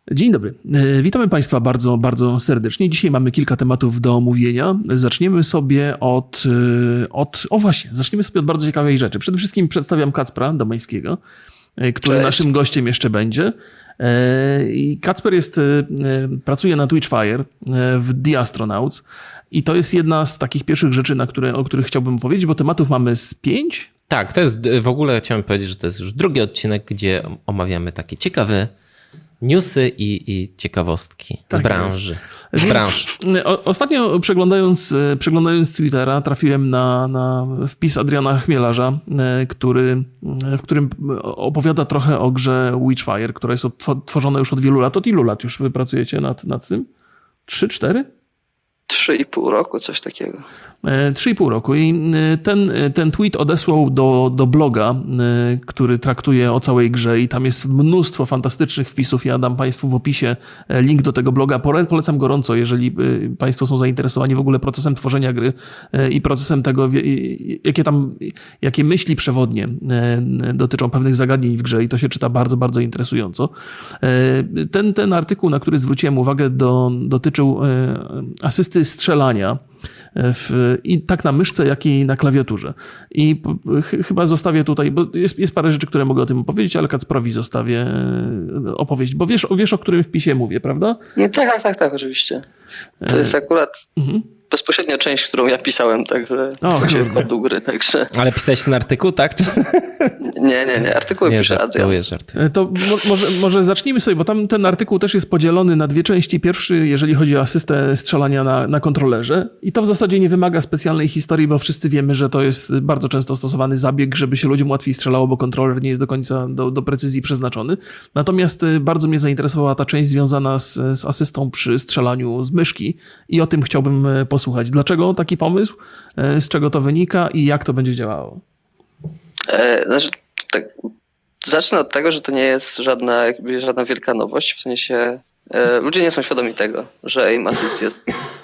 Dzień dobry. Witamy Państwa bardzo, bardzo serdecznie. Dzisiaj mamy kilka tematów do omówienia. Zaczniemy sobie zaczniemy sobie od bardzo ciekawej rzeczy. Przede wszystkim przedstawiam Kacpra Domańskiego, który Cześć. Naszym gościem jeszcze będzie. I Kacper pracuje na Twitchfire w The Astronauts i to jest jedna z takich pierwszych rzeczy, o których chciałbym powiedzieć, bo tematów mamy z 5. Tak, to jest w ogóle chciałem powiedzieć, że to jest już drugi odcinek, gdzie omawiamy takie ciekawe newsy i ciekawostki z branży. Ostatnio przeglądając Twittera trafiłem na wpis Adriana Chmielarza, w którym opowiada trochę o grze Witchfire, która jest tworzona już od wielu lat. Od ilu lat już wy pracujecie nad tym? 3, 4? 3,5 roku, coś takiego. 3,5 roku i ten tweet odesłał do bloga, który traktuje o całej grze i tam jest mnóstwo fantastycznych wpisów. Ja dam Państwu w opisie link do tego bloga. Polecam gorąco, jeżeli Państwo są zainteresowani w ogóle procesem tworzenia gry i procesem tego, jakie myśli przewodnie dotyczą pewnych zagadnień w grze i to się czyta bardzo, bardzo interesująco. Ten artykuł, na który zwróciłem uwagę, dotyczył asysty strzelania i tak na myszce, jak i na klawiaturze. I chyba zostawię tutaj, bo jest parę rzeczy, które mogę o tym opowiedzieć, ale Kacprowi zostawię opowieść, bo wiesz o którym wpisie mówię, prawda? Tak, oczywiście. To jest akurat bezpośrednio część, którą ja pisałem, także w czasie wkładu gry, także... Ale pisałeś ten artykuł, tak? Nie, artykuły pisze Adrian. To może zacznijmy sobie, bo tam ten artykuł też jest podzielony na dwie części. Pierwszy, jeżeli chodzi o asystę strzelania na kontrolerze i to w zasadzie nie wymaga specjalnej historii, bo wszyscy wiemy, że to jest bardzo często stosowany zabieg, żeby się ludziom łatwiej strzelało, bo kontroler nie jest do końca do precyzji przeznaczony. Natomiast bardzo mnie zainteresowała ta część związana z asystą przy strzelaniu z myszki i o tym chciałbym posłuchać. Dlaczego taki pomysł? Z czego to wynika i jak to będzie działało? Zacznę od tego, że to nie jest żadna wielka nowość, w sensie ludzie nie są świadomi tego, że aim assist jest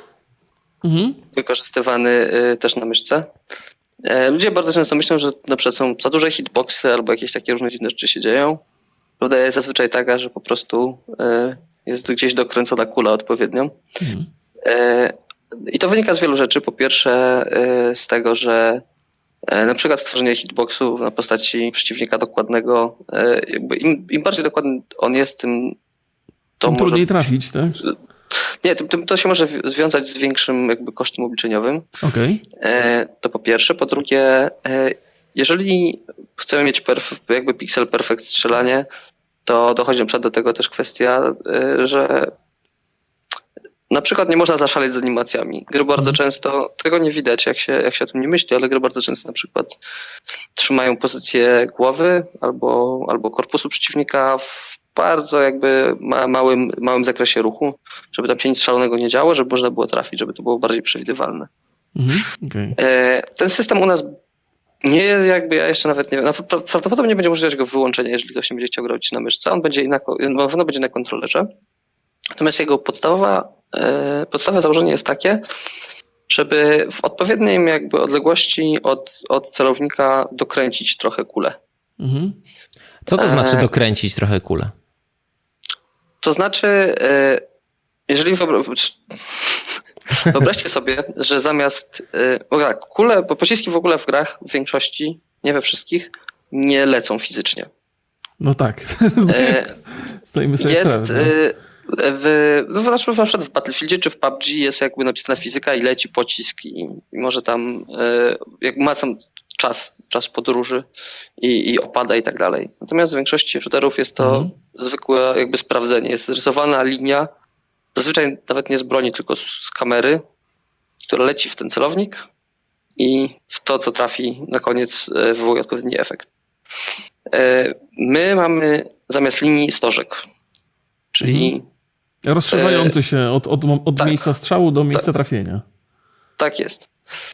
wykorzystywany też na myszce. Ludzie bardzo często myślą, że na przykład są za duże hitboxy albo jakieś takie różne dziwne rzeczy się dzieją. Prawda jest zazwyczaj taka, że po prostu jest gdzieś dokręcona kula odpowiednią. I to wynika z wielu rzeczy. Po pierwsze z tego, że na przykład stworzenie hitboxu na postaci przeciwnika dokładnego, jakby im bardziej dokładny on jest, tym trudniej trafić, tak? Nie, tym to się może związać z większym jakby kosztem obliczeniowym. Okay. To po pierwsze. Po drugie, jeżeli chcemy mieć jakby pixel perfect strzelanie, to dochodzi na przykład do tego też kwestia, że na przykład nie można zaszaleć z animacjami. Gry bardzo często, tego nie widać jak się o tym nie myśli, ale gry bardzo często na przykład trzymają pozycję głowy albo korpusu przeciwnika w bardzo jakby małym zakresie ruchu, żeby tam się nic szalonego nie działo, żeby można było trafić, żeby to było bardziej przewidywalne. Okay. Ten system u nas nie jakby, ja jeszcze nawet nie wiem, prawdopodobnie będzie możliwość go wyłączenia, jeżeli ktoś nie będzie chciał grać na myszce. On na pewno będzie na kontrolerze. Natomiast jego podstawowe założenie jest takie, żeby w odpowiedniej jakby odległości od celownika dokręcić trochę kulę. Co to znaczy dokręcić trochę kulę? To znaczy, jeżeli wyobraźcie sobie, że zamiast kule, bo pociski w ogóle w grach w większości, nie we wszystkich, nie lecą fizycznie. No tak. Zdajemy sobie sprawę. Na przykład w Battlefieldzie czy w PUBG jest jakby napisana fizyka i leci pocisk i może tam jakby ma sam czas podróży i opada i tak dalej. Natomiast w większości shooterów jest to zwykłe jakby sprawdzenie. Jest rysowana linia, zazwyczaj nawet nie z broni, tylko z kamery, która leci w ten celownik i w to, co trafi na koniec, wywołuje odpowiedni efekt. My mamy zamiast linii stożek, czyli rozszerzający się od tak, miejsca strzału do miejsca trafienia. Tak jest.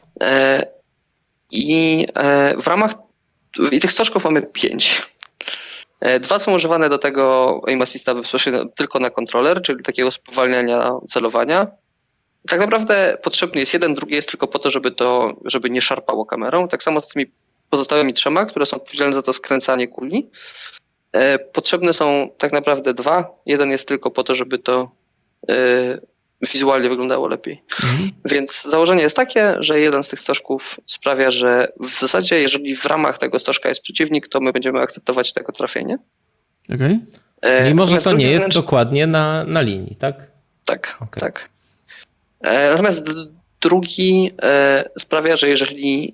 I w ramach tych stożków mamy 5. 2 są używane do tego aim assista bezpośrednio tylko na kontroler, czyli takiego spowalniania celowania. Tak naprawdę potrzebny jest jeden, drugi jest tylko po to, żeby nie szarpało kamerą. Tak samo z tymi pozostałymi 3, które są odpowiedzialne za to skręcanie kuli. Potrzebne są tak naprawdę 2. Jeden jest tylko po to, żeby to wizualnie wyglądało lepiej. Więc założenie jest takie, że jeden z tych stożków sprawia, że w zasadzie jeżeli w ramach tego stożka jest przeciwnik, to my będziemy akceptować tego trafienie. Okay. Mimo, że to nie jest dokładnie na linii, tak? Tak, okay. Tak. Natomiast drugi sprawia, że jeżeli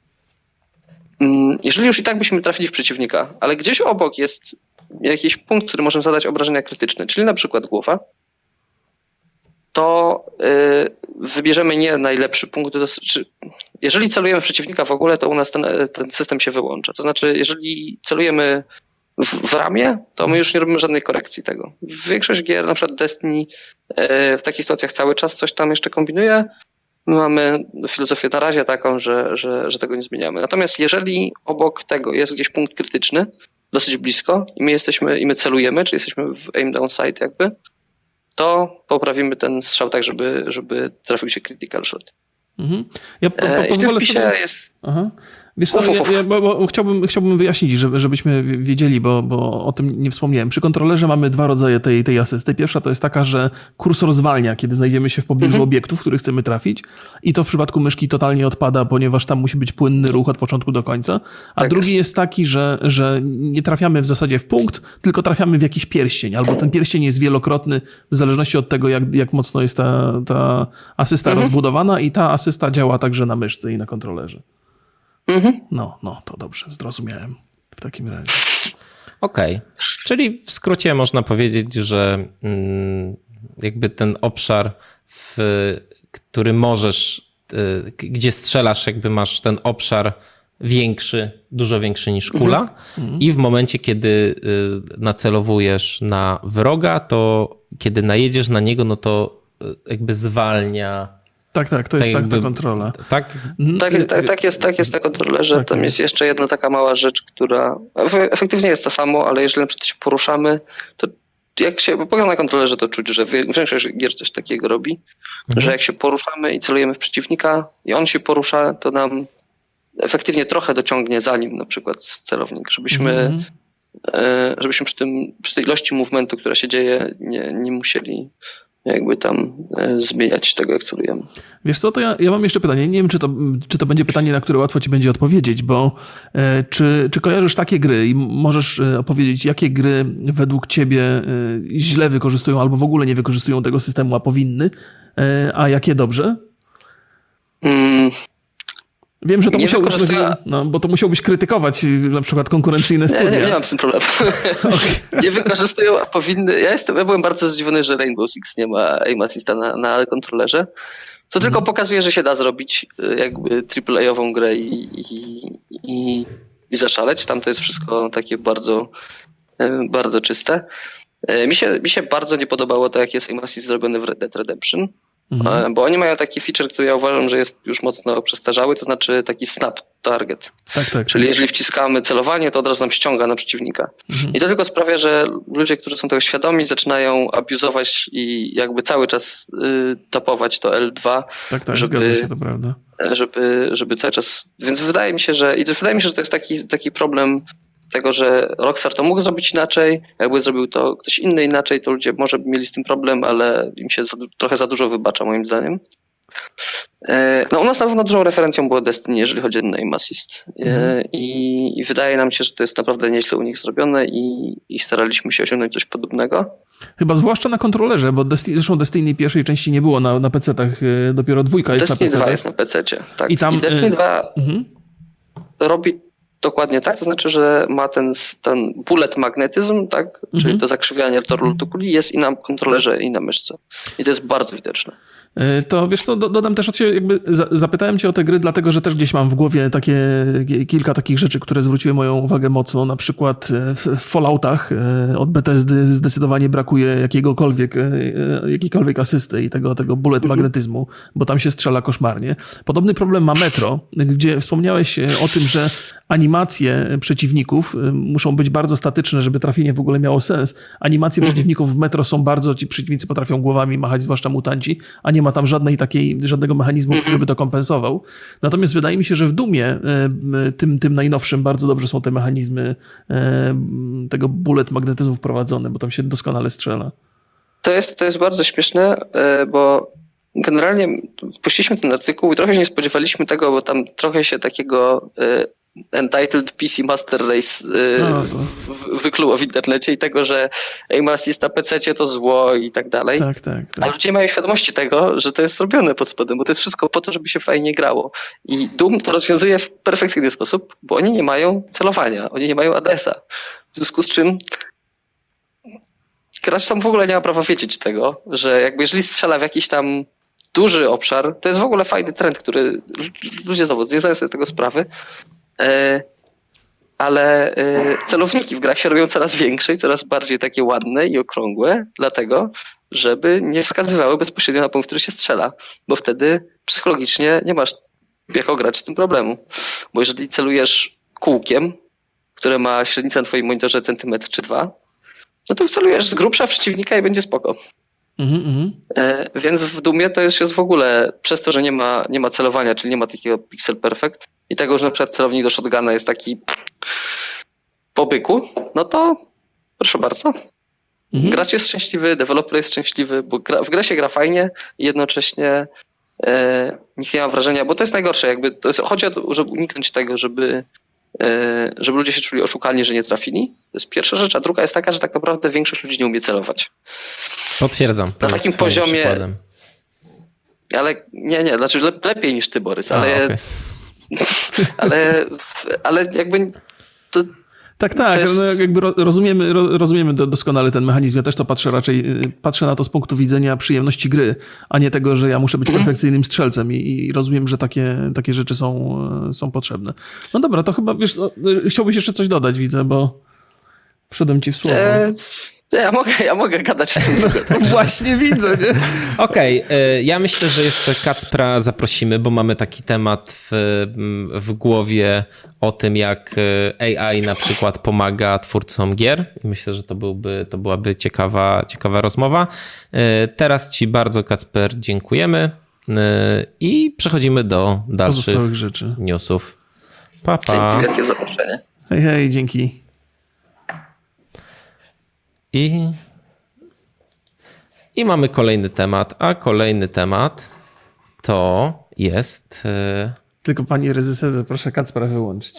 już i tak byśmy trafili w przeciwnika, ale gdzieś obok jest jakiś punkt, który możemy zadać obrażenia krytyczne, czyli na przykład głowa, to wybierzemy nie najlepszy punkt. Jeżeli celujemy w przeciwnika w ogóle, to u nas ten system się wyłącza. To znaczy, jeżeli celujemy w ramię, to my już nie robimy żadnej korekcji tego. Większość gier, na przykład Destiny, w takich sytuacjach cały czas coś tam jeszcze kombinuje. My mamy filozofię na razie taką, że tego nie zmieniamy. Natomiast jeżeli obok tego jest gdzieś punkt krytyczny, dosyć blisko i my celujemy, czyli jesteśmy w aim down sight jakby, to poprawimy ten strzał tak, żeby trafił się critical shot. Mhm. Ja pozwolę sobie... jest... Aha. Wiesz co, bo chciałbym wyjaśnić, żebyśmy wiedzieli, bo o tym nie wspomniałem. Przy kontrolerze mamy 2 rodzaje tej asysty. Pierwsza to jest taka, że kursor zwalnia, kiedy znajdziemy się w pobliżu obiektów, w których chcemy trafić, i to w przypadku myszki totalnie odpada, ponieważ tam musi być płynny ruch od początku do końca. A drugi jest taki, że nie trafiamy w zasadzie w punkt, tylko trafiamy w jakiś pierścień, albo ten pierścień jest wielokrotny w zależności od tego, jak mocno jest ta asysta rozbudowana, i ta asysta działa także na myszce i na kontrolerze. No, to dobrze, zrozumiałem w takim razie. Okej. Czyli w skrócie można powiedzieć, że jakby ten obszar, który możesz, gdzie strzelasz, jakby masz ten obszar większy, dużo większy niż kula, i w momencie, kiedy nacelowujesz na wroga, to kiedy najedziesz na niego, no to jakby zwalnia. Tak, to jest tak ta kontrola. Tak? Tak jest na kontrolerze. Tak, tam jest jeszcze jedna taka mała rzecz, która efektywnie jest to samo, ale jeżeli na przykład się poruszamy, to jak się pogra na kontrolerze, to czuć, że większość gier coś takiego robi, że jak się poruszamy i celujemy w przeciwnika i on się porusza, to nam efektywnie trochę dociągnie za nim na przykład celownik, żebyśmy przy tej ilości movementu, która się dzieje, nie musieli jakby tam zmieniać tego, jak celujemy. Wiesz co, to ja mam jeszcze pytanie. Nie wiem, czy to będzie pytanie, na które łatwo ci będzie odpowiedzieć, bo czy kojarzysz takie gry i możesz opowiedzieć, jakie gry według ciebie źle wykorzystują albo w ogóle nie wykorzystują tego systemu, a powinny, a jakie dobrze? Wiem, że to bo to musiałbyś krytykować na przykład konkurencyjne studia. Nie mam z tym problemu. Okay. Nie wykorzystują, a powinny. Ja byłem bardzo zdziwiony, że Rainbow Six nie ma aim assista na kontrolerze. Co tylko pokazuje, że się da zrobić jakby AAA-ową grę i zaszaleć. Tam to jest wszystko takie bardzo, bardzo czyste. Mi się bardzo nie podobało to, jak jest aim assist zrobiony w Red Dead Redemption. Bo oni mają taki feature, który ja uważam, że jest już mocno przestarzały, to znaczy taki snap target. Tak. Czyli jeżeli wciskamy celowanie, to od razu nam ściąga na przeciwnika. I to tylko sprawia, że ludzie, którzy są tego świadomi, zaczynają abuzować i jakby cały czas tapować to L2. Tak, zgadza się, to prawda. Żeby cały czas... Więc wydaje mi się, że to jest taki problem tego, że Rockstar to mógł zrobić inaczej, jakby zrobił to ktoś inny inaczej, to ludzie może by mieli z tym problem, ale im się trochę za dużo wybacza, moim zdaniem. No u nas na pewno dużą referencją było Destiny, jeżeli chodzi o aim assist. I wydaje nam się, że to jest naprawdę nieźle u nich zrobione i staraliśmy się osiągnąć coś podobnego. Chyba zwłaszcza na kontrolerze, bo zresztą Destiny pierwszej części nie było na PC-tach, dopiero 2 jest Destiny na PC-tach. Destiny 2 jest na PC-cie, tak. I Destiny 2 robi dokładnie tak, to znaczy, że ma ten bullet magnetyzm, tak? Czyli to zakrzywianie lotu kuli jest i na kontrolerze, i na myszce. I to jest bardzo widoczne. To wiesz co, dodam też od siebie, jakby zapytałem cię o te gry, dlatego że też gdzieś mam w głowie kilka takich rzeczy, które zwróciły moją uwagę mocno. Na przykład w Falloutach od Bethesdy zdecydowanie brakuje jakiejkolwiek asysty i tego bullet magnetyzmu, bo tam się strzela koszmarnie. Podobny problem ma Metro, gdzie wspomniałeś o tym, że animacje przeciwników muszą być bardzo statyczne, żeby trafienie w ogóle miało sens. Animacje przeciwników w Metro są ci przeciwnicy potrafią głowami machać, zwłaszcza mutanci, a nie nie ma tam żadnego mechanizmu, który by to kompensował. Natomiast wydaje mi się, że w Doomie, tym najnowszym, bardzo dobrze są te mechanizmy tego bullet magnetyzmu wprowadzone, bo tam się doskonale strzela. To jest bardzo śmieszne, bo generalnie wpuściliśmy ten artykuł i trochę się nie spodziewaliśmy tego, bo tam trochę się takiego Entitled PC Master Race wykluło w internecie i tego, że aim assist na PC-cie to zło i tak dalej. Tak. Ale ludzie nie mają świadomości tego, że to jest robione pod spodem, bo to jest wszystko po to, żeby się fajnie grało. I Doom to rozwiązuje w perfekcyjny sposób, bo oni nie mają celowania, oni nie mają ADS-a. W związku z czym gracz tam w ogóle nie ma prawa wiedzieć tego, że jakby jeżeli strzela w jakiś tam duży obszar, to jest w ogóle fajny trend, który ludzie znowu nie zdają sobie z tego sprawy, ale celowniki w grach się robią coraz większe i coraz bardziej takie ładne i okrągłe, dlatego, żeby nie wskazywały bezpośrednio na punkt, w który się strzela, bo wtedy psychologicznie nie masz jako gracz z tym problemu. Bo jeżeli celujesz kółkiem, które ma średnicę na twoim monitorze centymetr czy 2, no to celujesz z grubsza przeciwnika i będzie spoko. Więc w Doomie to jest w ogóle, przez to, że nie ma celowania, czyli nie ma takiego pixel perfect i tego, że na przykład celownik do shotguna jest taki po byku, no to proszę bardzo. Gracz jest szczęśliwy, deweloper jest szczęśliwy, bo w grę się gra fajnie i jednocześnie nikt nie ma wrażenia, bo to jest najgorsze, jakby chodzi o to, żeby uniknąć tego, żeby ludzie się czuli oszukani, że nie trafili. To jest pierwsza rzecz, a druga jest taka, że tak naprawdę większość ludzi nie umie celować. Potwierdzam. Na takim poziomie. Przykładem. Ale nie, znaczy lepiej niż ty, Borys, ale okay. ale jakby to. Tak, jest... no jakby rozumiemy doskonale ten mechanizm. Ja też to patrzę na to z punktu widzenia przyjemności gry, a nie tego, że ja muszę być perfekcyjnym strzelcem i rozumiem, że takie rzeczy są potrzebne. No dobra, to chyba, wiesz, chciałbyś jeszcze coś dodać, widzę, bo wszedłem ci w słowo. Ja mogę gadać w tym. Właśnie widzę, nie? Okej, ja myślę, że jeszcze Kacpra zaprosimy, bo mamy taki temat w głowie o tym, jak AI na przykład pomaga twórcom gier. I myślę, że to byłaby ciekawa rozmowa. Teraz ci bardzo, Kacper, dziękujemy i przechodzimy do dalszych rzeczy. Newsów. Pa, pa. Dzięki wielkie za zaproszenie. Hej, dzięki. I mamy kolejny temat, a kolejny temat to jest... Tylko panie reżyserze, proszę Kacpra wyłączyć.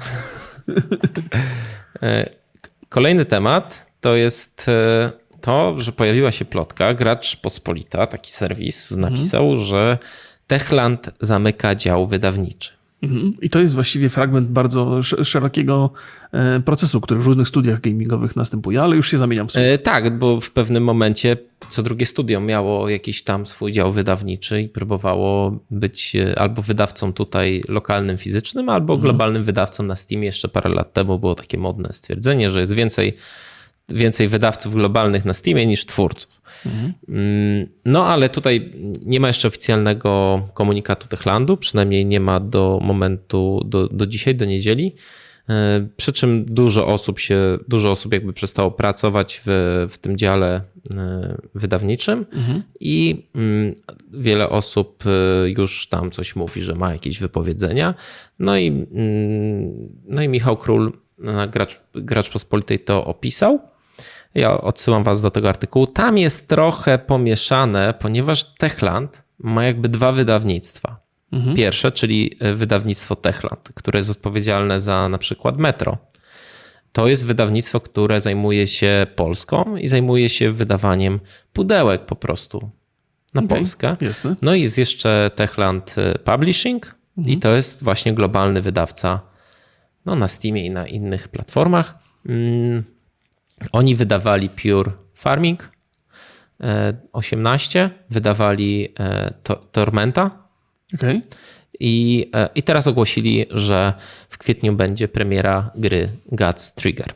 Kolejny temat to jest to, że pojawiła się plotka. Gracz Pospolita, taki serwis, napisał, że Techland zamyka dział wydawniczy. I to jest właściwie fragment bardzo szerokiego procesu, który w różnych studiach gamingowych następuje, ale już się zamieniam w słowo. Tak, bo w pewnym momencie co drugie studio miało jakiś tam swój dział wydawniczy i próbowało być albo wydawcą tutaj lokalnym, fizycznym, albo globalnym wydawcą na Steamie. Jeszcze parę lat temu było takie modne stwierdzenie, że jest więcej wydawców globalnych na Steamie niż twórców. No ale tutaj nie ma jeszcze oficjalnego komunikatu Techlandu, przynajmniej nie ma do momentu, do dzisiaj, do niedzieli. Przy czym dużo osób jakby przestało pracować w tym dziale wydawniczym i wiele osób już tam coś mówi, że ma jakieś wypowiedzenia. No i Michał Król, gracz Pospolitej, to opisał. Ja odsyłam was do tego artykułu. Tam jest trochę pomieszane, ponieważ Techland ma jakby dwa wydawnictwa. Pierwsze, czyli wydawnictwo Techland, które jest odpowiedzialne za na przykład Metro. To jest wydawnictwo, które zajmuje się Polską i zajmuje się wydawaniem pudełek po prostu na Polskę. Jasne. No i jest jeszcze Techland Publishing i to jest właśnie globalny wydawca na Steamie i na innych platformach. Oni wydawali Pure Farming 18, wydawali Tormenta. Okay. I teraz ogłosili, że w kwietniu będzie premiera gry God's Trigger.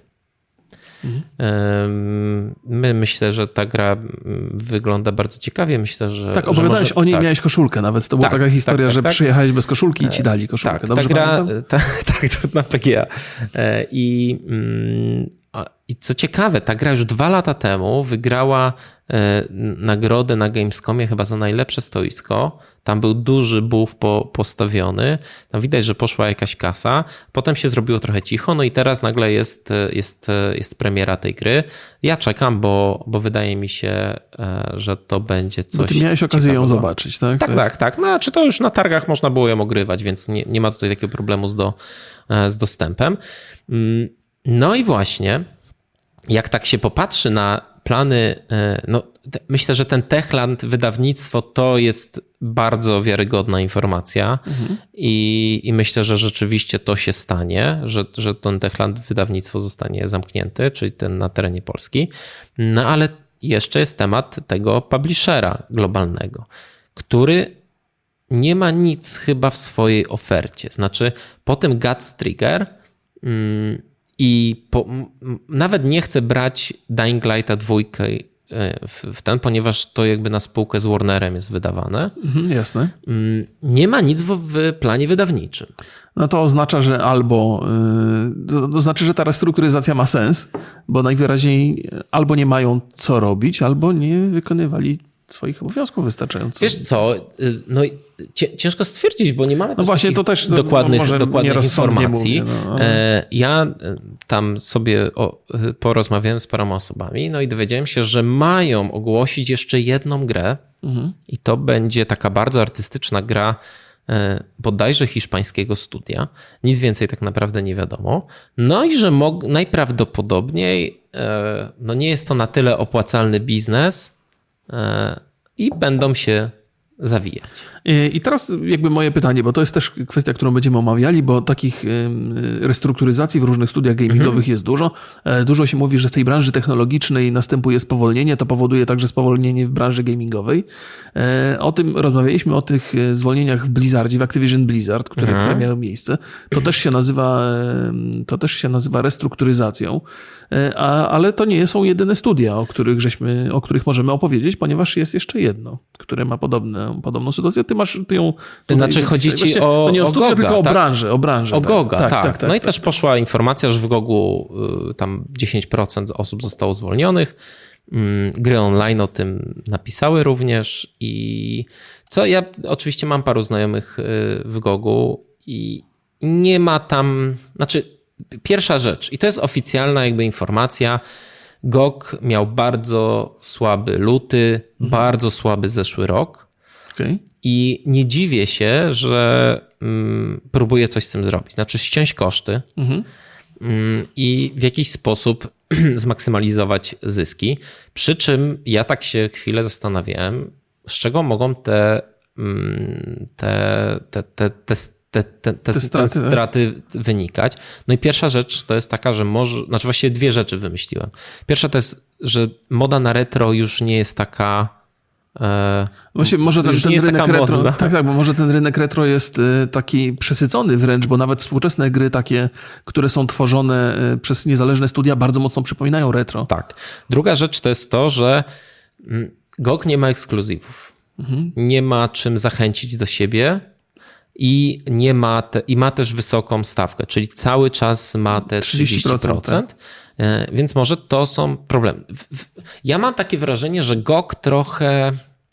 Myślę, że ta gra wygląda bardzo ciekawie. Myślę, że... Tak, opowiadałeś o niej, miałeś koszulkę nawet. To była taka historia, że przyjechałeś bez koszulki i ci dali koszulkę. Tak, ta gra, to na PGA. I I co ciekawe, ta gra już 2 lata temu wygrała nagrodę na Gamescomie chyba za najlepsze stoisko. Tam był duży buff postawiony. Tam widać, że poszła jakaś kasa. Potem się zrobiło trochę cicho, no i teraz nagle jest premiera tej gry. Ja czekam, bo wydaje mi się, że to będzie coś Bo ty miałeś okazję ją zobaczyć, tak? Tak. No, czy to już na targach można było ją ogrywać, więc nie ma tutaj takiego problemu z dostępem. No i właśnie, jak tak się popatrzy na plany, no myślę, że ten Techland wydawnictwo to jest bardzo wiarygodna informacja i myślę, że rzeczywiście to się stanie, że ten Techland wydawnictwo zostanie zamknięty, czyli ten na terenie Polski. No ale jeszcze jest temat tego publishera globalnego, który nie ma nic chyba w swojej ofercie. Znaczy po tym Guts Trigger nawet nie chcę brać Dying Lighta 2 w ten, ponieważ to jakby na spółkę z Warnerem jest wydawane. Jasne. Nie ma nic w planie wydawniczym. No to oznacza, że to znaczy, że ta restrukturyzacja ma sens, bo najwyraźniej albo nie mają co robić, albo nie wykonywali swoich obowiązków wystarczająco. Wiesz co, no ciężko stwierdzić, bo nie mamy no właśnie, to też dokładnych informacji. Mówię, Ja tam sobie porozmawiałem z paroma osobami, no i dowiedziałem się, że mają ogłosić jeszcze jedną grę i to będzie taka bardzo artystyczna gra bodajże hiszpańskiego studia. Nic więcej tak naprawdę nie wiadomo. No i że najprawdopodobniej no nie jest to na tyle opłacalny biznes, i będą się zawijać. I teraz jakby moje pytanie, bo to jest też kwestia, którą będziemy omawiali, bo takich restrukturyzacji w różnych studiach gamingowych jest dużo. Dużo się mówi, że w tej branży technologicznej następuje spowolnienie, to powoduje także spowolnienie w branży gamingowej. O tym rozmawialiśmy, o tych zwolnieniach w Blizzardzie, w Activision Blizzard, które miały miejsce. To też się nazywa restrukturyzacją, ale to nie są jedyne studia, o których możemy opowiedzieć, ponieważ jest jeszcze jedno, które ma podobną sytuację. Ty ją... Znaczy chodzi ci o nie o studia, GOG-a, tylko tak? o branżę. O GOG-a, tak. No i tak. też poszła informacja, że w GOG-u tam 10% osób zostało zwolnionych. Gry online o tym napisały również i ja oczywiście mam paru znajomych w GOG-u i nie ma tam... Znaczy pierwsza rzecz, i to jest oficjalna jakby informacja, GOG miał bardzo słaby luty, bardzo słaby zeszły rok. Okay. I nie dziwię się, że próbuje coś z tym zrobić. Znaczy ściąć koszty i w jakiś sposób zmaksymalizować zyski. Przy czym ja tak się chwilę zastanawiałem, z czego mogą te straty wynikać. No i pierwsza rzecz to jest taka, że znaczy właściwie 2 rzeczy wymyśliłem. Pierwsza to jest, że moda na retro już nie jest taka... Właśnie może ten rynek retro, bo może ten rynek retro jest taki przesycony wręcz, bo nawet współczesne gry takie, które są tworzone przez niezależne studia, bardzo mocno przypominają retro. Tak. Druga rzecz to jest to, że GOG nie ma ekskluzywów. Nie ma czym zachęcić do siebie i ma też wysoką stawkę, czyli cały czas ma te 30%. Tak? Więc może to są problemy. Ja mam takie wrażenie, że GOG trochę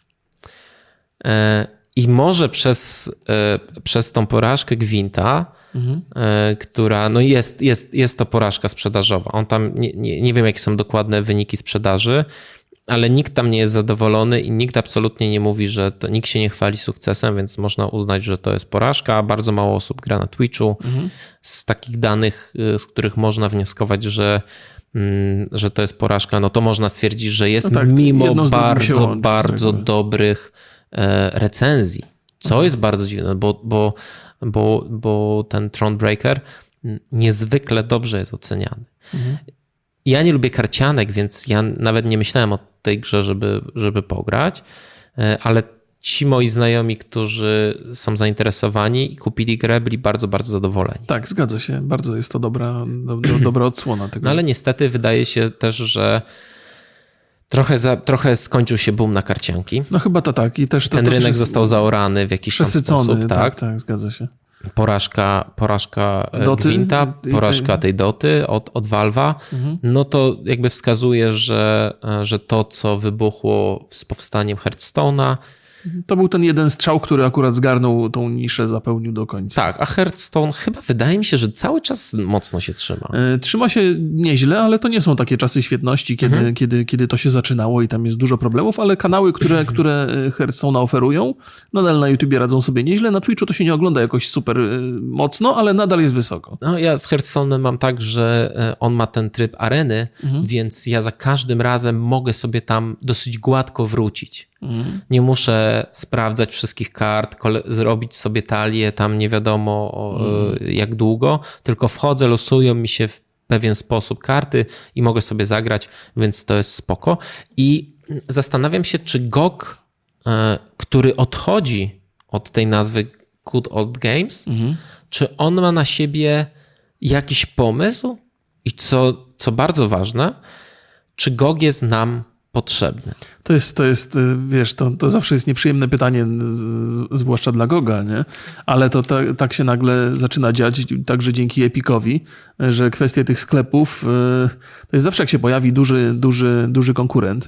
i może przez tą porażkę Gwinta, która no jest to porażka sprzedażowa. On tam nie wiem, jakie są dokładne wyniki sprzedaży, ale nikt tam nie jest zadowolony i nikt absolutnie nie mówi, że nikt się nie chwali sukcesem, więc można uznać, że to jest porażka. Bardzo mało osób gra na Twitchu. Z takich danych, z których można wnioskować, że to jest porażka, no to można stwierdzić, że jest mimo bardzo dobrych recenzji. Co jest bardzo dziwne, bo ten Thronebreaker niezwykle dobrze jest oceniany. Ja nie lubię karcianek, więc ja nawet nie myślałem o tej grze, żeby pograć, ale ci moi znajomi, którzy są zainteresowani i kupili grę, byli bardzo, bardzo zadowoleni. Tak, zgadza się. Bardzo jest to dobra odsłona tego. No ale niestety wydaje się też, że trochę skończył się boom na karcianki. No chyba to tak. I też ten rynek został zaorany w jakiś sposób. Tak, zgadza się. porażka Doty? Gwinta, porażka tej Doty od Valve'a, no to jakby wskazuje, że to, co wybuchło z powstaniem Hearthstone'a, to był ten jeden strzał, który akurat zgarnął tą niszę, zapełnił do końca. Tak, a Hearthstone chyba wydaje mi się, że cały czas mocno się trzyma. Trzyma się nieźle, ale to nie są takie czasy świetności, kiedy to się zaczynało i tam jest dużo problemów, ale kanały, które Hearthstone'a oferują, nadal na YouTubie radzą sobie nieźle. Na Twitchu to się nie ogląda jakoś super mocno, ale nadal jest wysoko. No, ja z Hearthstone'em mam tak, że on ma ten tryb areny, więc ja za każdym razem mogę sobie tam dosyć gładko wrócić. Nie muszę sprawdzać wszystkich kart, zrobić sobie talię tam nie wiadomo jak długo, tylko wchodzę, losują mi się w pewien sposób karty i mogę sobie zagrać, więc to jest spoko. I zastanawiam się, czy GOG, który odchodzi od tej nazwy Good Old Games, czy on ma na siebie jakiś pomysł i co bardzo ważne, czy GOG jest nam potrzebny? To jest, wiesz, to zawsze jest nieprzyjemne pytanie, zwłaszcza dla GOG-a, nie? Ale to tak się nagle zaczyna dziać, także dzięki Epicowi, że kwestie tych sklepów, to jest zawsze jak się pojawi duży konkurent,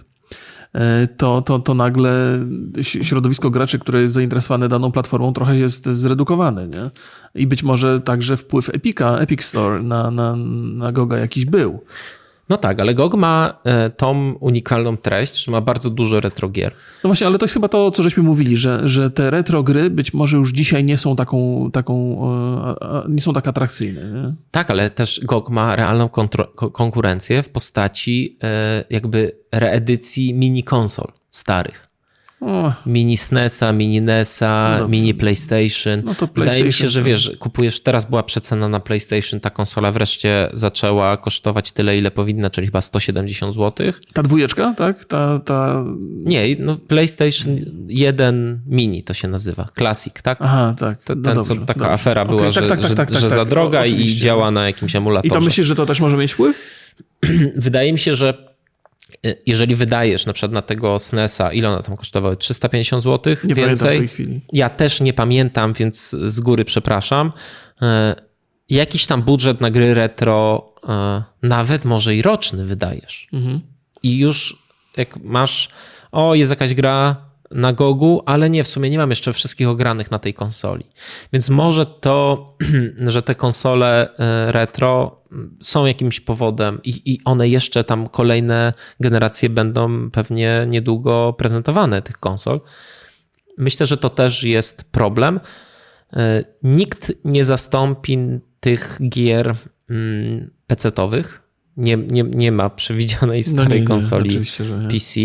to nagle środowisko graczy, które jest zainteresowane daną platformą, trochę jest zredukowane, nie? I być może także wpływ Epic Store na GOG-a jakiś był. No tak, ale GOG ma tą unikalną treść, że ma bardzo dużo retro gier. No właśnie, ale to jest chyba to, co żeśmy mówili, że te retro gry być może już dzisiaj nie są nie są tak atrakcyjne. Nie? Tak, ale też GOG ma realną konkurencję w postaci jakby reedycji mini konsol starych. Mini SNES-a, mini NES-a, mini PlayStation. No to Wydaje mi się, że wiesz, kupujesz, teraz była przecena na PlayStation, ta konsola wreszcie zaczęła kosztować tyle, ile powinna, czyli chyba 170 zł. Ta dwójeczka, tak? Nie, no PlayStation 1 Mini to się nazywa, Classic, tak? Aha, tak. Taka afera była, że za droga i działa na jakimś emulatorze. I to myślisz, że to też może mieć wpływ? Wydaje mi się, że jeżeli wydajesz na przykład na tego SNES-a, ile one tam kosztowały? 350 zł? Nie więcej? pamiętam w tej chwili. Ja też nie pamiętam, więc z góry przepraszam. Jakiś tam budżet na gry retro, nawet może i roczny wydajesz. I już jak masz, jest jakaś gra na GOG-u, ale nie, w sumie nie mam jeszcze wszystkich ogranych na tej konsoli. Więc może to, że te konsole retro są jakimś powodem i one jeszcze tam kolejne generacje będą pewnie niedługo prezentowane tych konsol. Myślę, że to też jest problem. Nikt nie zastąpi tych gier PC-towych. Nie ma przewidzianej starej konsoli PC.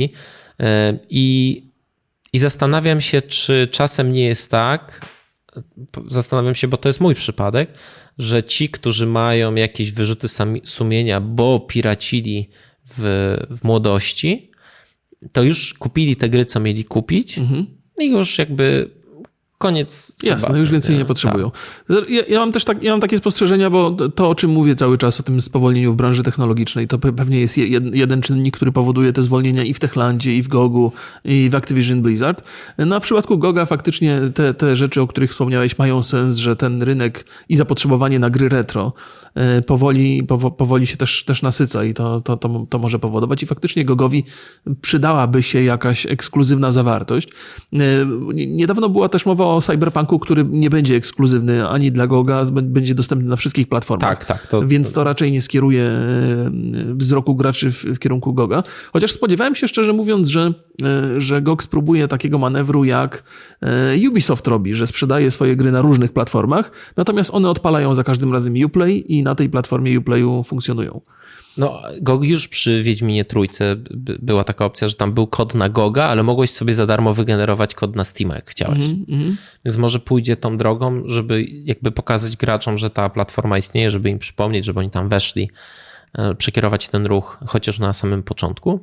I zastanawiam się, czy czasem nie jest tak, bo to jest mój przypadek, że ci, którzy mają jakieś wyrzuty sumienia, bo piracili w młodości, to już kupili te gry, co mieli kupić i już jakby koniec. Jasne, już więcej nie potrzebują. Tak. Ja mam takie spostrzeżenia, bo to, o czym mówię cały czas, o tym spowolnieniu w branży technologicznej, to pewnie jest jeden czynnik, który powoduje te zwolnienia i w Techlandzie, i w GOG-u, i w Activision Blizzard. No a w przypadku GOG-a faktycznie te rzeczy, o których wspomniałeś, mają sens, że ten rynek i zapotrzebowanie na gry retro powoli się też nasyca i to może powodować. I faktycznie GOG-owi przydałaby się jakaś ekskluzywna zawartość. Niedawno była też mowa o Cyberpunku, który nie będzie ekskluzywny ani dla GOG-a, będzie dostępny na wszystkich platformach. Tak. Więc to raczej nie skieruje wzroku graczy w kierunku GOG-a. Chociaż spodziewałem się, szczerze mówiąc, że GOG spróbuje takiego manewru, jak Ubisoft robi, że sprzedaje swoje gry na różnych platformach, natomiast one odpalają za każdym razem Uplay i na tej platformie Uplayu funkcjonują. No, GOG już przy Wiedźminie Trójce była taka opcja, że tam był kod na GOG-a, ale mogłeś sobie za darmo wygenerować kod na Steama, jak chciałeś. Więc może pójdzie tą drogą, żeby jakby pokazać graczom, że ta platforma istnieje, żeby im przypomnieć, żeby oni tam weszli, przekierować ten ruch chociaż na samym początku.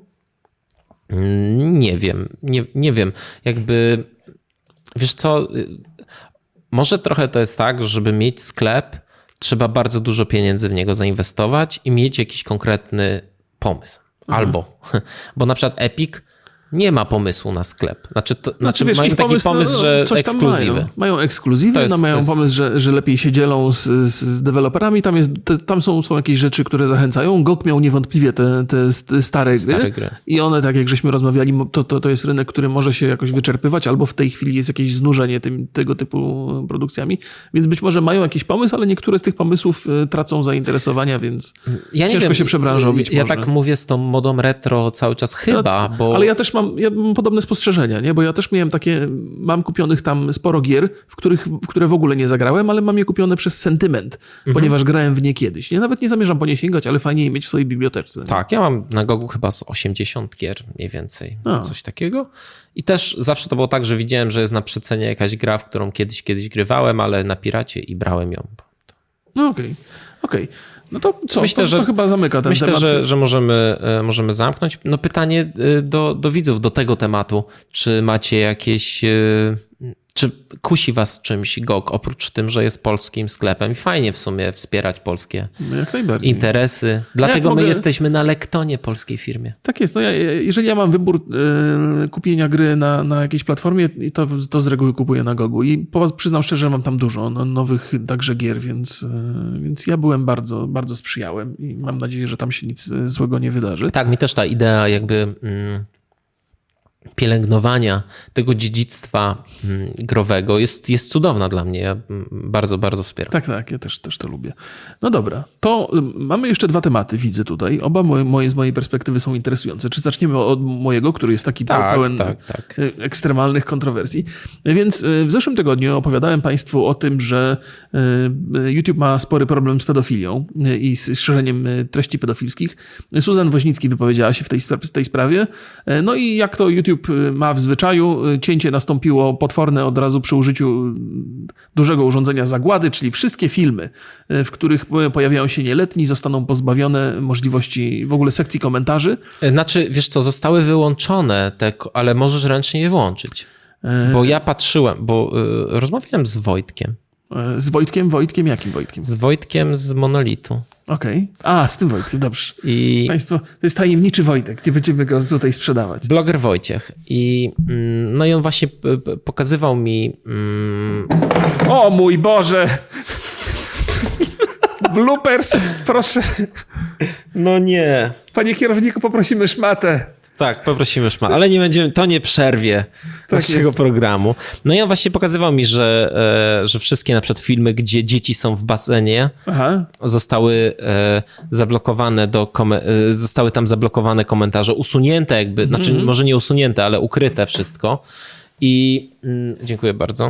Nie wiem. Jakby, wiesz co, może trochę to jest tak, żeby mieć sklep, trzeba bardzo dużo pieniędzy w niego zainwestować i mieć jakiś konkretny pomysł. Albo, bo na przykład Epic nie ma pomysłu na sklep. Znaczy wiesz, mają taki pomysł, że ekskluzywy. Mają ekskluzywy, mają pomysł, że lepiej się dzielą z deweloperami. Tam są jakieś rzeczy, które zachęcają. GOG miał niewątpliwie te stare gry. I one, tak jak żeśmy rozmawiali, to jest rynek, który może się jakoś wyczerpywać, albo w tej chwili jest jakieś znużenie tego typu produkcjami. Więc być może mają jakiś pomysł, ale niektóre z tych pomysłów tracą zainteresowania, więc ciężko się przebranżowić. Ja tak mówię z tą modą retro cały czas chyba, bo... Ale ja mam podobne spostrzeżenia, nie? Bo ja też mam kupionych tam sporo gier, w które w ogóle nie zagrałem, ale mam je kupione przez sentyment, ponieważ grałem w nie kiedyś. Nie? Nawet nie zamierzam po nie sięgać, ale fajnie je mieć w swojej biblioteczce. Nie? Tak, ja mam na Gogu chyba z 80 gier mniej więcej, coś takiego. I też zawsze to było tak, że widziałem, że jest na przecenie jakaś gra, w którą kiedyś grywałem, ale na piracie i brałem ją. No okej. No to co? Myślę, że to chyba zamyka ten temat. Myślę, że możemy zamknąć. No pytanie do widzów do tego tematu. Czy macie jakieś... Czy kusi was czymś GOG, oprócz tym, że jest polskim sklepem? I fajnie w sumie wspierać polskie interesy. Dlatego my jesteśmy na Lektonie, polskiej firmie. Tak jest. No jeżeli ja mam wybór kupienia gry na jakiejś platformie, to z reguły kupuję na GOG-u. I przyznam szczerze, że mam tam dużo nowych także gier, więc ja byłem bardzo, bardzo sprzyjałem i mam nadzieję, że tam się nic złego nie wydarzy. Tak, mi też ta idea jakby... pielęgnowania tego dziedzictwa growego jest cudowna dla mnie. Ja bardzo, bardzo wspieram. Tak, ja też to lubię. No dobra, to mamy jeszcze 2 tematy, widzę tutaj. Oba z mojej perspektywy są interesujące. Czy zaczniemy od mojego, który jest taki pełen ekstremalnych kontrowersji? Więc w zeszłym tygodniu opowiadałem Państwu o tym, że YouTube ma spory problem z pedofilią i z szerzeniem treści pedofilskich. Susan Woźnicki wypowiedziała się w tej sprawie. No i jak to YouTube ma w zwyczaju, cięcie nastąpiło potworne od razu przy użyciu dużego urządzenia zagłady, czyli wszystkie filmy, w których pojawiają się nieletni, zostaną pozbawione możliwości w ogóle sekcji komentarzy. Znaczy, wiesz co, zostały wyłączone, ale możesz ręcznie je włączyć. Bo ja patrzyłem, bo rozmawiałem z Wojtkiem. Z Wojtkiem? Jakim Wojtkiem? Z Wojtkiem z Monolitu. Okej. Z tym Wojtkiem, dobrze. Państwo, to jest tajemniczy Wojtek, nie będziemy go tutaj sprzedawać. Bloger Wojciech. I on właśnie pokazywał mi... O mój Boże! Bloopers, proszę. No nie. Panie kierowniku, poprosimy szmatę. Tak, poprosimy szmatę, ale nie będziemy, to nie przerwie naszego programu. No i on właśnie pokazywał mi, że wszystkie na przykład filmy, gdzie dzieci są w basenie, zostały zablokowane zostały tam zablokowane komentarze, usunięte jakby, znaczy może nie usunięte, ale ukryte wszystko. I dziękuję bardzo.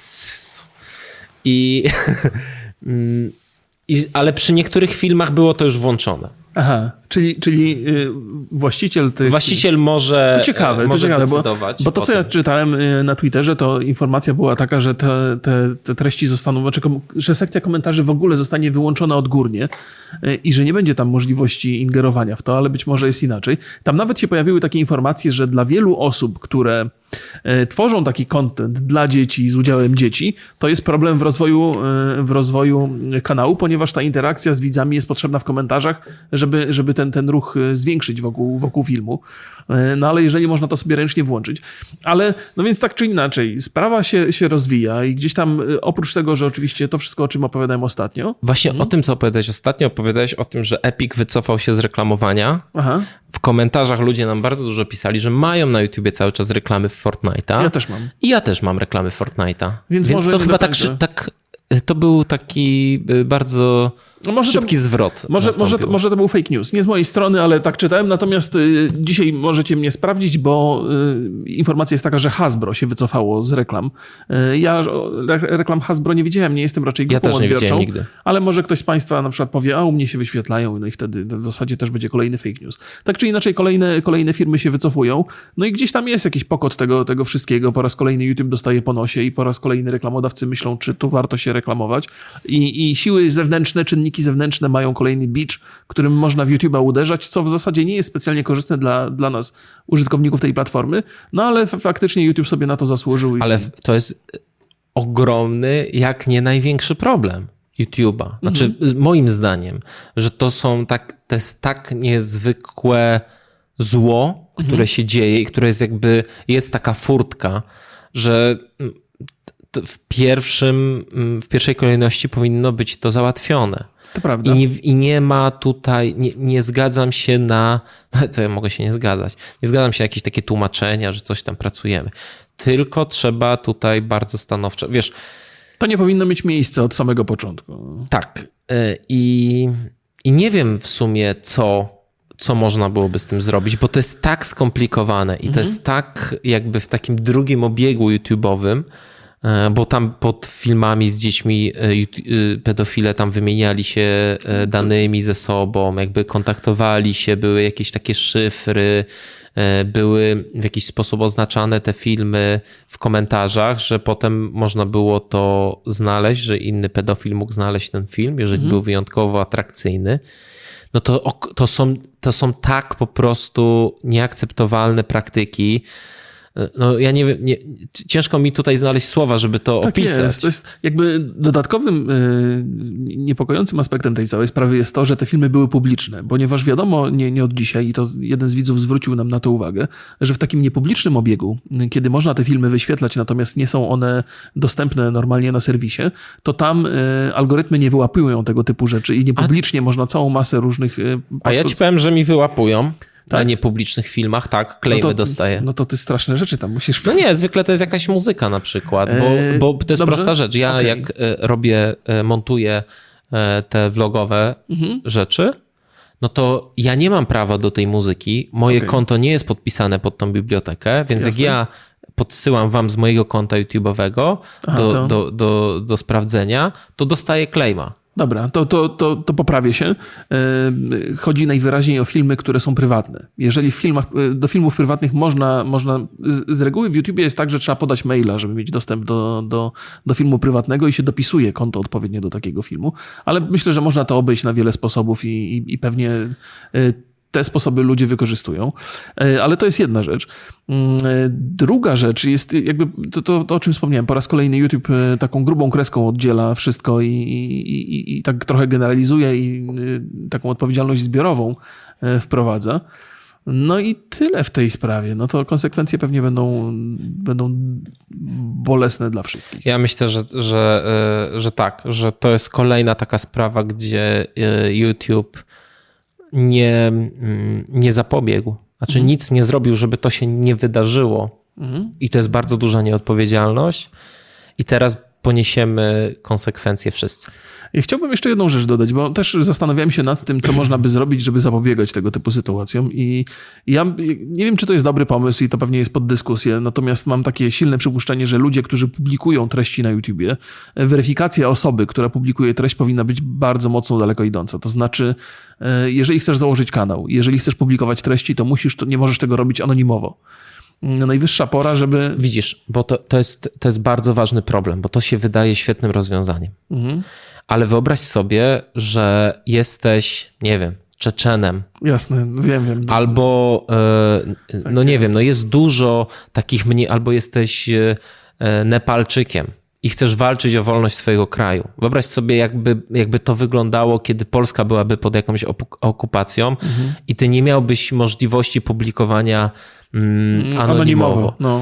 Ale przy niektórych filmach było to już włączone. Czyli właściciel tych... Właściciel może To ciekawe, decydować. Bo to, co ja czytałem na Twitterze, to informacja była taka, że te treści zostaną... że sekcja komentarzy w ogóle zostanie wyłączona odgórnie i że nie będzie tam możliwości ingerowania w to, ale być może jest inaczej. Tam nawet się pojawiły takie informacje, że dla wielu osób, które tworzą taki content dla dzieci z udziałem dzieci, to jest problem w rozwoju kanału, ponieważ ta interakcja z widzami jest potrzebna w komentarzach, żeby ten ruch zwiększyć wokół filmu. No ale jeżeli można to sobie ręcznie włączyć. Ale no więc tak czy inaczej, sprawa się rozwija i gdzieś tam oprócz tego, że oczywiście to wszystko, o czym opowiadałem ostatnio. Właśnie o tym, co opowiadałeś ostatnio, opowiadałeś o tym, że Epic wycofał się z reklamowania. W komentarzach ludzie nam bardzo dużo pisali, że mają na YouTubie cały czas reklamy w Fortnite'a. Ja też mam. I ja też mam reklamy w Fortnite'a. Więc może to chyba tak to był taki bardzo szybki zwrot. Może to był fake news. Nie z mojej strony, ale tak czytałem. Natomiast dzisiaj możecie mnie sprawdzić, bo informacja jest taka, że Hasbro się wycofało z reklam. Ja reklam Hasbro nie widziałem, nie jestem raczej grupą odbiorczą. Ja też nie widziałem nigdy. Ale może ktoś z Państwa na przykład powie, u mnie się wyświetlają, no i wtedy w zasadzie też będzie kolejny fake news. Tak czy inaczej kolejne firmy się wycofują. No i gdzieś tam jest jakiś pokot tego wszystkiego. Po raz kolejny YouTube dostaje po nosie i po raz kolejny reklamodawcy myślą, czy tu warto się reklamować. I siły zewnętrzne, czynniki zewnętrzne mają kolejny bicz, którym można w YouTube'a uderzać, co w zasadzie nie jest specjalnie korzystne dla nas, użytkowników tej platformy, no ale faktycznie YouTube sobie na to zasłużył. Ale to jest ogromny, jak nie największy problem YouTube'a. Znaczy, moim zdaniem, że to jest tak niezwykłe zło, które się dzieje i które jest jakby, jest taka furtka, że w pierwszej kolejności powinno być to załatwione. To prawda. I nie ma tutaj, nie zgadzam się to ja mogę się nie zgadzać, nie zgadzam się na jakieś takie tłumaczenia, że coś tam pracujemy. Tylko trzeba tutaj bardzo stanowczo, wiesz... To nie powinno mieć miejsca od samego początku. Tak. I nie wiem w sumie, co można byłoby z tym zrobić, bo to jest tak skomplikowane i to jest tak jakby w takim drugim obiegu YouTube'owym, bo tam pod filmami z dziećmi pedofile tam wymieniali się danymi ze sobą, jakby kontaktowali się, były jakieś takie szyfry, były w jakiś sposób oznaczane te filmy w komentarzach, że potem można było to znaleźć, że inny pedofil mógł znaleźć ten film, jeżeli był wyjątkowo atrakcyjny. No to są tak po prostu nieakceptowalne praktyki. No ja nie wiem, ciężko mi tutaj znaleźć słowa, żeby to opisać. To jest jakby dodatkowym niepokojącym aspektem tej całej sprawy jest to, że te filmy były publiczne, ponieważ wiadomo, nie od dzisiaj, i to jeden z widzów zwrócił nam na to uwagę, że w takim niepublicznym obiegu, kiedy można te filmy wyświetlać, natomiast nie są one dostępne normalnie na serwisie, to tam algorytmy nie wyłapują tego typu rzeczy i niepublicznie można całą masę różnych... A ja ci powiem, że mi wyłapują. Tak? Na niepublicznych filmach, tak, klejmy dostaję. No to ty straszne rzeczy tam musisz... No nie, zwykle to jest jakaś muzyka na przykład, bo to jest prosta rzecz. Ja jak montuję te vlogowe rzeczy, no to ja nie mam prawa do tej muzyki. Moje konto nie jest podpisane pod tą bibliotekę, więc jak ja podsyłam wam z mojego konta YouTube'owego do sprawdzenia, to dostaję klejma. Dobra, to poprawię się. Chodzi najwyraźniej o filmy, które są prywatne. Jeżeli do filmów prywatnych można z reguły w YouTubie jest tak, że trzeba podać maila, żeby mieć dostęp do filmu prywatnego i się dopisuje konto odpowiednie do takiego filmu, ale myślę, że można to obejść na wiele sposobów i pewnie te sposoby ludzie wykorzystują. Ale to jest jedna rzecz. Druga rzecz jest jakby to o czym wspomniałem. Po raz kolejny YouTube taką grubą kreską oddziela wszystko i tak trochę generalizuje i taką odpowiedzialność zbiorową wprowadza. No i tyle w tej sprawie. No to konsekwencje pewnie będą bolesne dla wszystkich. Ja myślę, że tak, że to jest kolejna taka sprawa, gdzie YouTube nie zapobiegł. Znaczy nic nie zrobił, żeby to się nie wydarzyło. I to jest bardzo duża nieodpowiedzialność. I teraz poniesiemy konsekwencje wszyscy. Ja chciałbym jeszcze jedną rzecz dodać, bo też zastanawiałem się nad tym, co można by zrobić, żeby zapobiegać tego typu sytuacjom i ja nie wiem, czy to jest dobry pomysł i to pewnie jest pod dyskusję, natomiast mam takie silne przypuszczenie, że ludzie, którzy publikują treści na YouTubie, weryfikacja osoby, która publikuje treść powinna być bardzo mocno daleko idąca. To znaczy, jeżeli chcesz założyć kanał, jeżeli chcesz publikować treści, to nie możesz tego robić anonimowo. Najwyższa pora, żeby... Widzisz, bo to jest bardzo ważny problem, bo to się wydaje świetnym rozwiązaniem. Ale wyobraź sobie, że jesteś, nie wiem, Czeczenem. Jasne, wiem. Albo, no nie wiem, no jest dużo takich albo jesteś Nepalczykiem i chcesz walczyć o wolność swojego kraju. Wyobraź sobie, jakby to wyglądało, kiedy Polska byłaby pod jakąś okupacją i ty nie miałbyś możliwości publikowania anonimowo. No,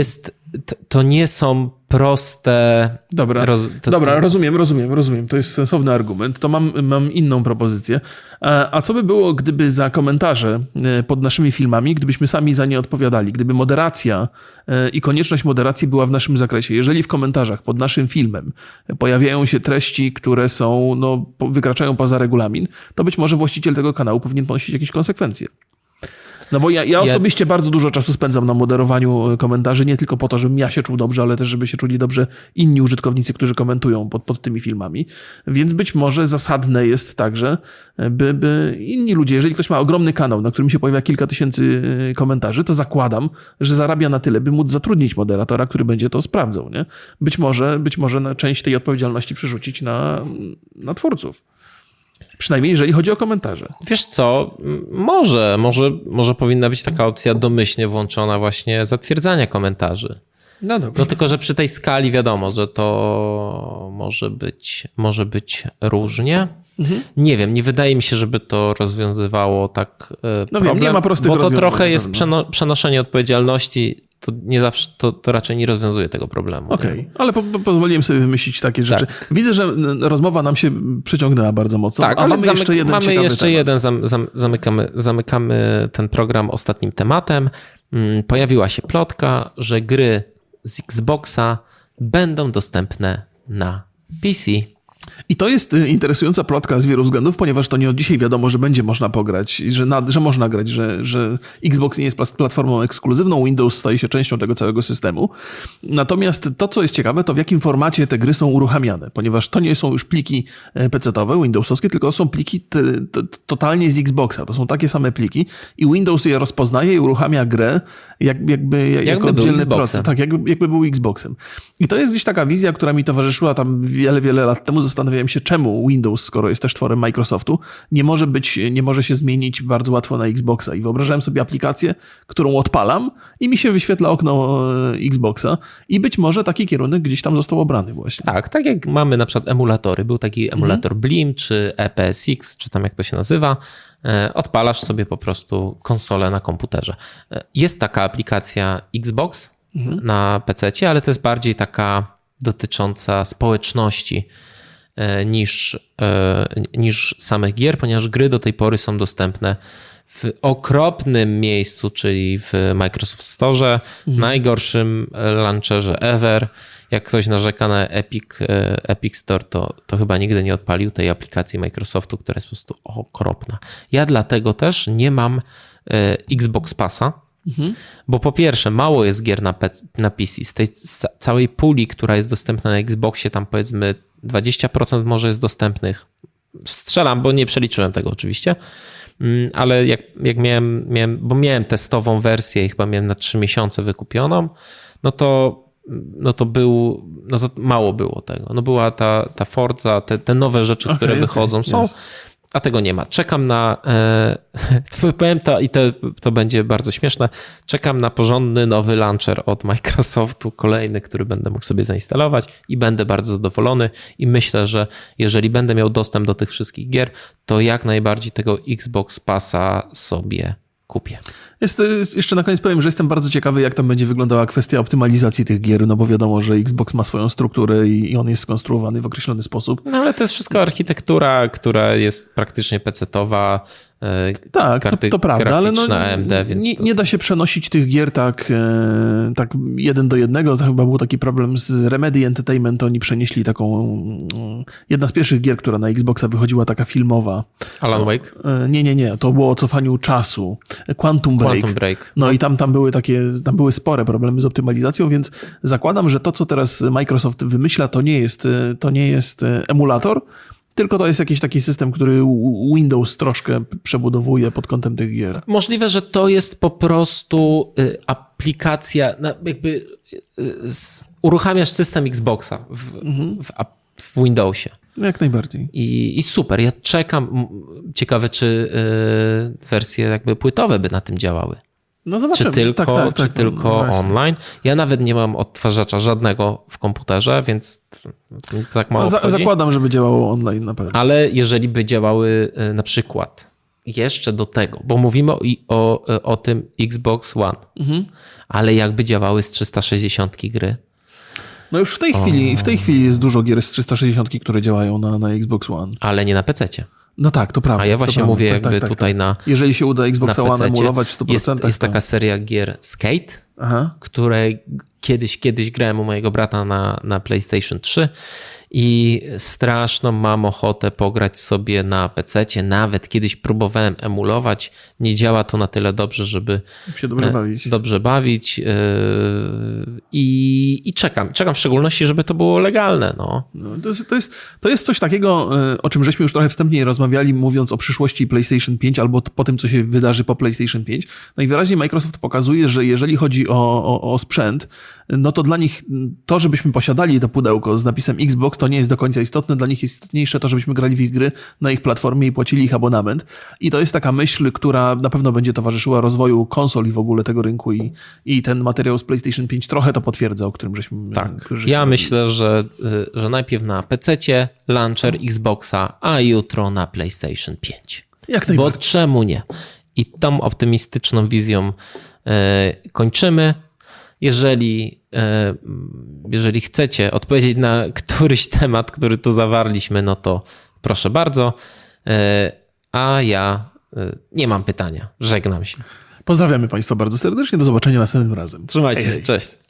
to nie są proste... Dobra, rozumiem. To jest sensowny argument. To mam inną propozycję. A co by było, gdyby za komentarze pod naszymi filmami, gdybyśmy sami za nie odpowiadali, gdyby moderacja i konieczność moderacji była w naszym zakresie. Jeżeli w komentarzach pod naszym filmem pojawiają się treści, które wykraczają poza regulamin, to być może właściciel tego kanału powinien ponosić jakieś konsekwencje. No bo ja osobiście bardzo dużo czasu spędzam na moderowaniu komentarzy, nie tylko po to, żebym ja się czuł dobrze, ale też, żeby się czuli dobrze inni użytkownicy, którzy komentują pod tymi filmami. Więc być może zasadne jest także, by inni ludzie, jeżeli ktoś ma ogromny kanał, na którym się pojawia kilka tysięcy komentarzy, to zakładam, że zarabia na tyle, by móc zatrudnić moderatora, który będzie to sprawdzał. Nie? Być może na część tej odpowiedzialności przerzucić na twórców. Przynajmniej jeżeli chodzi o komentarze. Wiesz co, może powinna być taka opcja domyślnie włączona właśnie zatwierdzania komentarzy. No dobrze. No tylko, że przy tej skali wiadomo, że to może być różnie. Nie wiem, nie wydaje mi się, żeby to rozwiązywało tak problem, nie ma prostych bo to rozwiązań, trochę jest przenoszenie odpowiedzialności. To nie zawsze, to raczej nie rozwiązuje tego problemu. Okej, ale pozwoliłem sobie wymyślić takie rzeczy. Widzę, że rozmowa nam się przeciągnęła bardzo mocno, tak, a ale mamy jeszcze jeden mamy ciekawy jeszcze temat. jeden, zamykamy ten program ostatnim tematem. Pojawiła się plotka, że gry z Xboxa będą dostępne na PC. I to jest interesująca plotka z wielu względów, ponieważ to nie od dzisiaj wiadomo, że będzie można pograć, że można grać, że Xbox nie jest platformą ekskluzywną, Windows staje się częścią tego całego systemu. Natomiast to, co jest ciekawe, to w jakim formacie te gry są uruchamiane, ponieważ to nie są już pliki PC-owe, Windowsowskie, tylko są pliki totalnie z Xboxa. To są takie same pliki i Windows je rozpoznaje i uruchamia grę jako oddzielny proces. Tak, jakby był Xboxem. I to jest gdzieś taka wizja, która mi towarzyszyła tam wiele lat temu. Zastanawiałem się, czemu Windows, skoro jest też tworem Microsoftu, nie może się zmienić bardzo łatwo na Xboxa. I wyobrażałem sobie aplikację, którą odpalam i mi się wyświetla okno Xboxa i być może taki kierunek gdzieś tam został obrany właśnie. Tak jak mamy na przykład emulatory. Był taki emulator Blim, czy EPSX, czy tam jak to się nazywa. Odpalasz sobie po prostu konsolę na komputerze. Jest taka aplikacja Xbox na PC-cie, ale to jest bardziej taka dotycząca społeczności niż samych gier, ponieważ gry do tej pory są dostępne w okropnym miejscu, czyli w Microsoft Store, najgorszym launcherze ever. Jak ktoś narzeka na Epic Store, to chyba nigdy nie odpalił tej aplikacji Microsoftu, która jest po prostu okropna. Ja dlatego też nie mam Xbox Passa, bo po pierwsze mało jest gier na PC. Z tej całej puli, która jest dostępna na Xboxie, tam powiedzmy 20% może jest dostępnych. Strzelam, bo nie przeliczyłem tego oczywiście, ale jak miałem testową wersję i chyba miałem na 3 miesiące wykupioną, no to mało było tego. No była ta Forza, te nowe rzeczy, które wychodzą są, a tego nie ma. Czekam na, powiem to i to będzie bardzo śmieszne, czekam na porządny nowy launcher od Microsoftu, kolejny, który będę mógł sobie zainstalować i będę bardzo zadowolony i myślę, że jeżeli będę miał dostęp do tych wszystkich gier, to jak najbardziej tego Xbox Passa sobie kupię. Jeszcze na koniec powiem, że jestem bardzo ciekawy, jak tam będzie wyglądała kwestia optymalizacji tych gier, no bo wiadomo, że Xbox ma swoją strukturę i on jest skonstruowany w określony sposób. No ale to jest wszystko architektura, która jest praktycznie PC-towa, tak, karty to prawda, ale AMD, więc nie da się przenosić tych gier tak 1 do 1. To chyba był taki problem z Remedy Entertainment. Oni przenieśli jedna z pierwszych gier, która na Xboxa wychodziła, taka filmowa. Alan Wake? Nie. To było o cofaniu czasu. Quantum Break. No i tam były spore problemy z optymalizacją, więc zakładam, że to, co teraz Microsoft wymyśla, to nie jest emulator, tylko to jest jakiś taki system, który Windows troszkę przebudowuje pod kątem tych gier. Możliwe, że to jest po prostu aplikacja, jakby uruchamiasz system Xboxa w Windowsie. Jak najbardziej. I super, ja czekam. Ciekawe, czy wersje jakby płytowe by na tym działały. No zobaczymy. Czy tylko online. Ja nawet nie mam odtwarzacza żadnego w komputerze, więc tak mało zakładam, żeby działało online na pewno. Ale jeżeli by działały na przykład jeszcze do tego, bo mówimy o tym Xbox One, ale jakby działały z 360 gry. No już w tej chwili jest dużo gier z 360, które działają na Xbox One. Ale nie na PC-cie. No tak, to prawda. A ja właśnie mówię jakby tutaj na jeżeli się uda Xboxa One emulować w 100%. Jest taka seria gier Skate, której kiedyś grałem u mojego brata na PlayStation 3 i straszną mam ochotę pograć sobie na PC-cie. Nawet kiedyś próbowałem emulować. Nie działa to na tyle dobrze, żeby się dobrze bawić. I czekam w szczególności, żeby to było legalne. No. To jest coś takiego, o czym żeśmy już trochę wstępnie rozmawiali, mówiąc o przyszłości PlayStation 5 albo po tym, co się wydarzy po PlayStation 5. Najwyraźniej Microsoft pokazuje, że jeżeli chodzi o sprzęt, no to dla nich to, żebyśmy posiadali to pudełko z napisem Xbox, to nie jest do końca istotne. Dla nich jest istotniejsze to, żebyśmy grali w ich gry na ich platformie i płacili ich abonament. I to jest taka myśl, która na pewno będzie towarzyszyła rozwoju konsol i w ogóle tego rynku i ten materiał z PlayStation 5 trochę to potwierdza, o którym żeśmy... Ja myślę, że najpierw na PC-cie launcher Xboxa, a jutro na PlayStation 5. Jak najbardziej. Bo czemu nie? I tą optymistyczną wizją kończymy. Jeżeli chcecie odpowiedzieć na któryś temat, który tu zawarliśmy, no to proszę bardzo. A ja nie mam pytania. Żegnam się. Pozdrawiamy Państwa bardzo serdecznie. Do zobaczenia następnym razem. Trzymajcie się. Cześć.